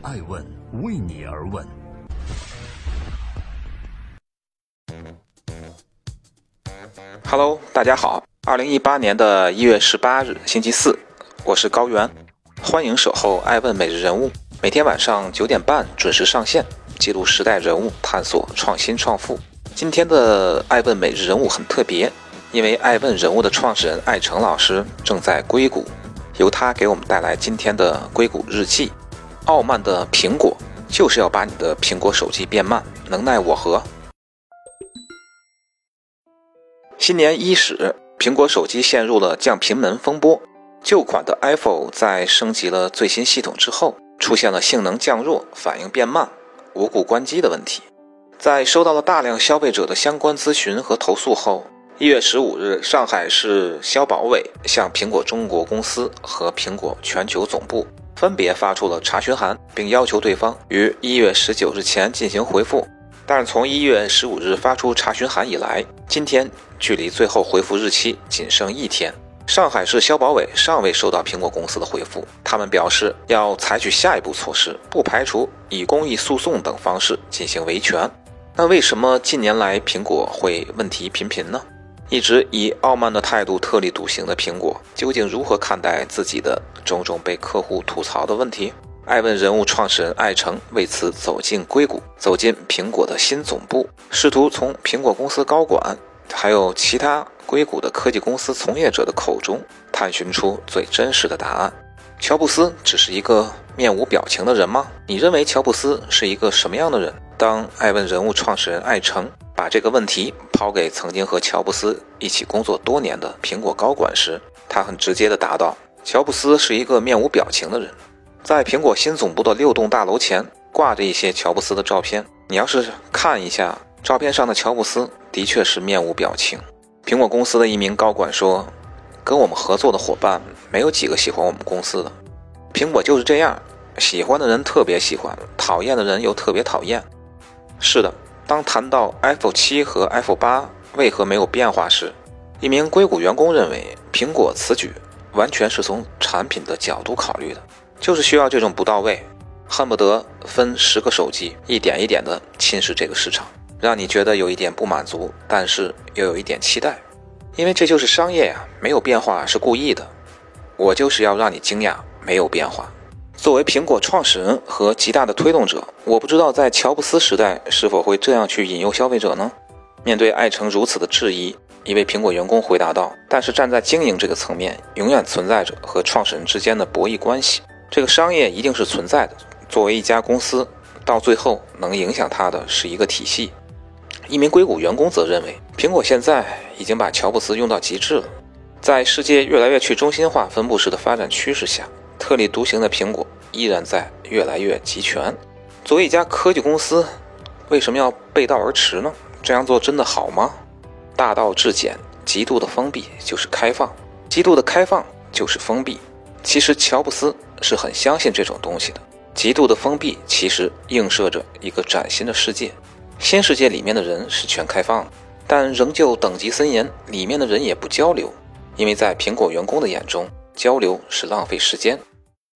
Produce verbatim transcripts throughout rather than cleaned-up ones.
爱问为你而问。 Hello， 大家好，二零一八年的一月十八日，星期四，我是高原，欢迎守候爱问每日人物，每天晚上九点半准时上线，记录时代人物，探索创新创富。今天的爱问每日人物很特别，因为爱问人物的创始人艾诚老师正在硅谷，由他给我们带来今天的硅谷日记。傲慢的苹果就是要把你的苹果手机变慢，能奈我何？新年伊始，苹果手机陷入了降频门风波。旧款的 iPhone 在升级了最新系统之后，出现了性能降弱、反应变慢、无故关机的问题。在收到了大量消费者的相关咨询和投诉后，一月十五日，上海市消保委向苹果中国公司和苹果全球总部分别发出了查询函，并要求对方于一月十九日前进行回复。但是从一月十五日发出查询函以来，今天距离最后回复日期仅剩一天。上海市消保委尚未收到苹果公司的回复，他们表示要采取下一步措施，不排除以公益诉讼等方式进行维权。那为什么近年来苹果会问题频频呢？一直以傲慢的态度特立独行的苹果，究竟如何看待自己的种种被客户吐槽的问题？爱问人物创始人艾诚为此走进硅谷，走进苹果的新总部，试图从苹果公司高管还有其他硅谷的科技公司从业者的口中探寻出最真实的答案。乔布斯只是一个面无表情的人吗？你认为乔布斯是一个什么样的人？当爱问人物创始人艾诚把这个问题抛给曾经和乔布斯一起工作多年的苹果高管时，他很直接地答道：乔布斯是一个面无表情的人。在苹果新总部的六栋大楼前挂着一些乔布斯的照片，你要是看一下照片上的乔布斯，的确是面无表情。苹果公司的一名高管说，跟我们合作的伙伴没有几个喜欢我们公司的，苹果就是这样，喜欢的人特别喜欢，讨厌的人又特别讨厌。是的，当谈到 iPhone 七和 iPhone 八为何没有变化时，一名硅谷员工认为苹果此举完全是从产品的角度考虑的，就是需要这种不到位，恨不得分十个手机，一点一点的侵蚀这个市场，让你觉得有一点不满足，但是又有一点期待。因为这就是商业呀，没有变化是故意的，我就是要让你惊讶，没有变化。作为苹果创始人和极大的推动者，我不知道在乔布斯时代是否会这样去引诱消费者呢？面对艾诚如此的质疑，一位苹果员工回答道，但是站在经营这个层面，永远存在着和创始人之间的博弈关系，这个商业一定是存在的。作为一家公司，到最后能影响它的是一个体系。一名硅谷员工则认为，苹果现在已经把乔布斯用到极致了。在世界越来越去中心化分布式的发展趋势下，特立独行的苹果依然在越来越集权。作为一家科技公司，为什么要背道而驰呢？这样做真的好吗？大道至简，极度的封闭就是开放，极度的开放就是封闭。其实乔布斯是很相信这种东西的。极度的封闭其实映射着一个崭新的世界，新世界里面的人是全开放的，但仍旧等级森严，里面的人也不交流，因为在苹果员工的眼中，交流是浪费时间。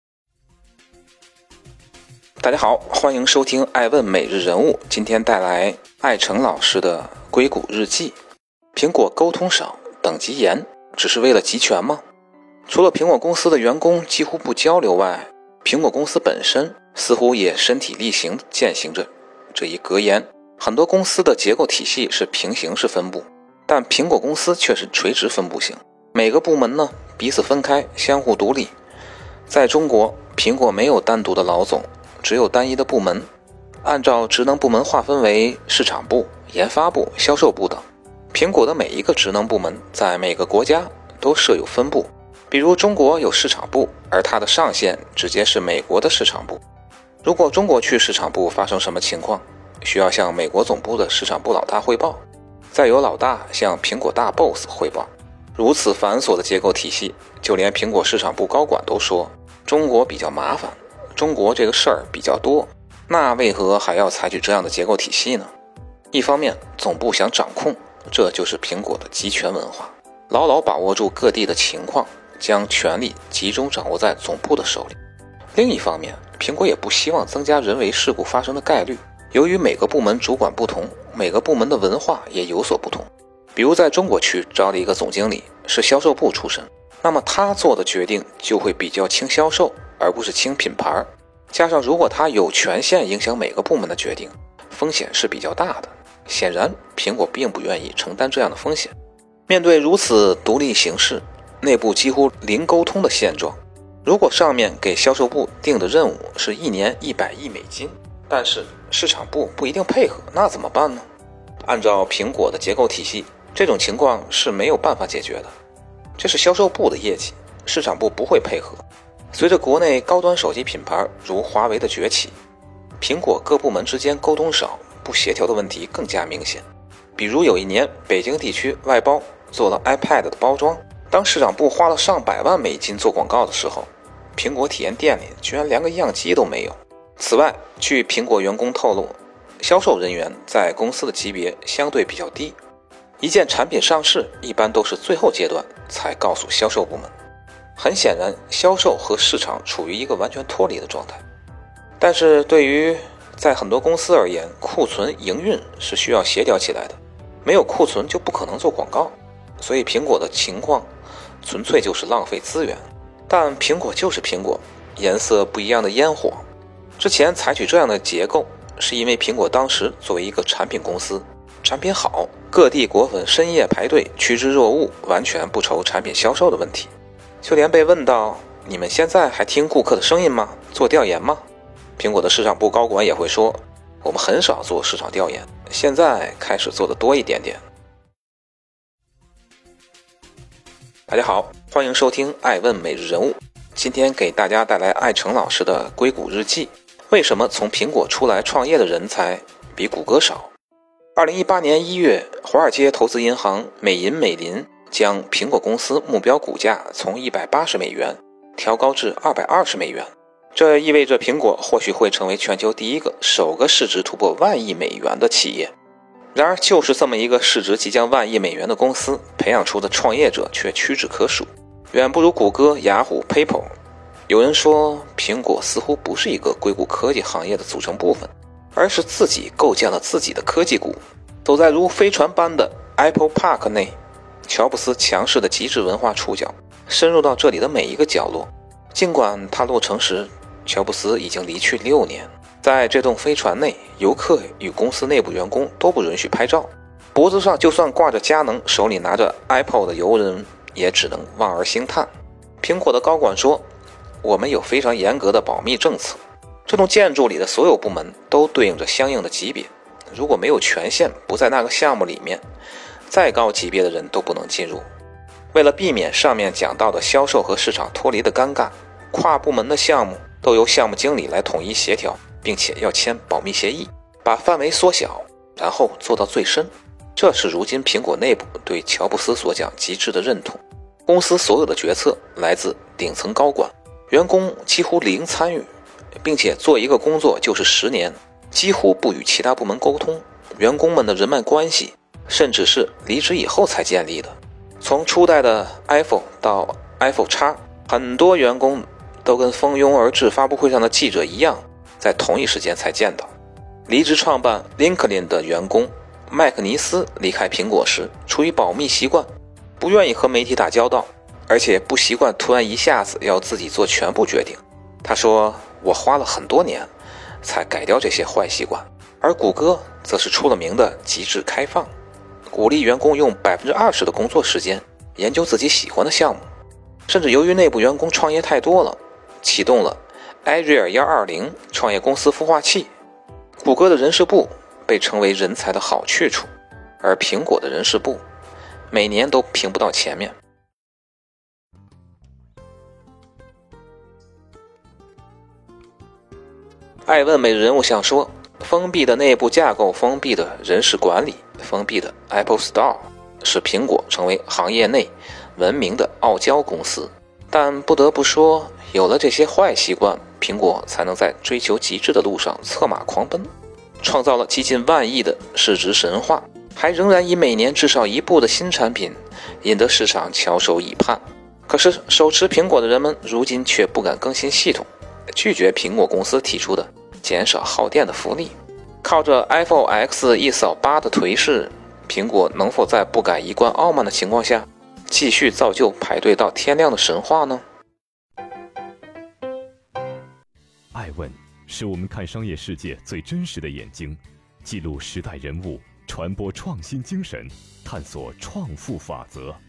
大家好，欢迎收听爱问每日人物，今天带来艾诚老师的硅谷日记。苹果沟通少，等级严，只是为了集权吗？除了苹果公司的员工几乎不交流外，苹果公司本身似乎也身体力行践行着这一格言。很多公司的结构体系是平行式分布，但苹果公司却是垂直分布型，每个部门呢彼此分开，相互独立。在中国，苹果没有单独的老总，只有单一的部门，按照职能部门划分为市场部、研发部、销售部等。苹果的每一个职能部门在每个国家都设有分部，比如中国有市场部，而它的上线直接是美国的市场部。如果中国区市场部发生什么情况，需要向美国总部的市场部老大汇报，再由老大向苹果大 boss 汇报。如此繁琐的结构体系，就连苹果市场部高管都说中国比较麻烦，中国这个事儿比较多，那为何还要采取这样的结构体系呢？一方面，总部想掌控，这就是苹果的集权文化，牢牢把握住各地的情况，将权力集中掌握在总部的手里。另一方面， 苹果也不希望增加人为事故发生的概率。由于每个部门主管不同，每个部门的文化也有所不同。比如在中国区招了一个总经理，是销售部出身，那么他做的决定就会比较轻销售，而不是轻品牌。加上如果他有权限影响每个部门的决定，风险是比较大的。显然苹果并不愿意承担这样的风险。面对如此独立形式，内部几乎零沟通的现状，如果上面给销售部定的任务是一年一百亿美金，但是市场部不一定配合，那怎么办呢？按照苹果的结构体系，这种情况是没有办法解决的。这是销售部的业绩，市场部不会配合。随着国内高端手机品牌如华为的崛起，苹果各部门之间沟通少、不协调的问题更加明显。比如有一年北京地区外包做了 iPad 的包装，当市场部花了上百万美金做广告的时候，苹果体验店里居然连个样机都没有。此外，据苹果员工透露，销售人员在公司的级别相对比较低，一件产品上市一般都是最后阶段才告诉销售部门。很显然，销售和市场处于一个完全脱离的状态。但是对于在很多公司而言，库存营运是需要协调起来的，没有库存就不可能做广告，所以苹果的情况纯粹就是浪费资源。但苹果就是苹果，颜色不一样的烟火。之前采取这样的结构，是因为苹果当时作为一个产品公司，产品好，各地果粉深夜排队趋之若鹜，完全不愁产品销售的问题。就连被问到你们现在还听顾客的声音吗？做调研吗？苹果的市场部高管也会说，我们很少做市场调研，现在开始做的多一点点。大家好，欢迎收听爱问每日人物。今天给大家带来艾诚老师的硅谷日记。为什么从苹果出来创业的人才比谷歌少？二零一八年一月，华尔街投资银行美银美林将苹果公司目标股价从一百八十美元调高至二百二十美元。这意味着苹果或许会成为全球第一个、首个市值突破万亿美元的企业。然而，就是这么一个市值即将万亿美元的公司，培养出的创业者却屈指可数，远不如谷歌、雅虎、PayPal。有人说，苹果似乎不是一个硅谷科技行业的组成部分，而是自己构建了自己的科技股，走在如飞船般的 Apple Park 内。乔布斯强势的极致文化触角深入到这里的每一个角落。尽管它落成时，乔布斯已经离去六年。在这栋飞船内，游客与公司内部员工都不允许拍照，脖子上就算挂着佳能，手里拿着 Apple 的游人也只能望而兴叹。苹果的高管说，我们有非常严格的保密政策，这栋建筑里的所有部门都对应着相应的级别，如果没有权限不在那个项目里面，再高级别的人都不能进入。为了避免上面讲到的销售和市场脱离的尴尬，跨部门的项目都由项目经理来统一协调，并且要签保密协议，把范围缩小，然后做到最深。这是如今苹果内部对乔布斯所讲极致的认同。公司所有的决策来自顶层高管，员工几乎零参与，并且做一个工作就是十年，几乎不与其他部门沟通。员工们的人脉关系甚至是离职以后才建立的。从初代的 iPhone 到 iPhone X， 很多员工都跟蜂拥而至发布会上的记者一样，在同一时间才见到。离职创办 LinkedIn 的员工麦克尼斯离开苹果时，出于保密习惯，不愿意和媒体打交道，而且不习惯突然一下子要自己做全部决定。他说，我花了很多年才改掉这些坏习惯。而谷歌则是出了名的极致开放，鼓励员工用 百分之二十 的工作时间研究自己喜欢的项目，甚至由于内部员工创业太多了，启动了 Azure 一二零创业公司孵化器。谷歌的人事部被称为人才的好去处，而苹果的人事部每年都评不到前面。爱问每日人物想说，封闭的内部架构，封闭的人事管理，封闭的 Apple Store 使苹果成为行业内闻名的傲娇公司。但不得不说，有了这些坏习惯，苹果才能在追求极致的路上策马狂奔，创造了接近万亿的市值神话，还仍然以每年至少一部的新产品引得市场翘首以盼。可是手持苹果的人们如今却不敢更新系统， 拒绝苹果公司提出的减少耗电的福利。靠着 iPhone X 一扫八的颓势，苹果能否在不改一贯傲慢的情况下，继续造就排队到天亮的神话呢？ 爱问是我们看商业世界最真实的眼睛，记录时代人物，传播创新精神，探索创富法则。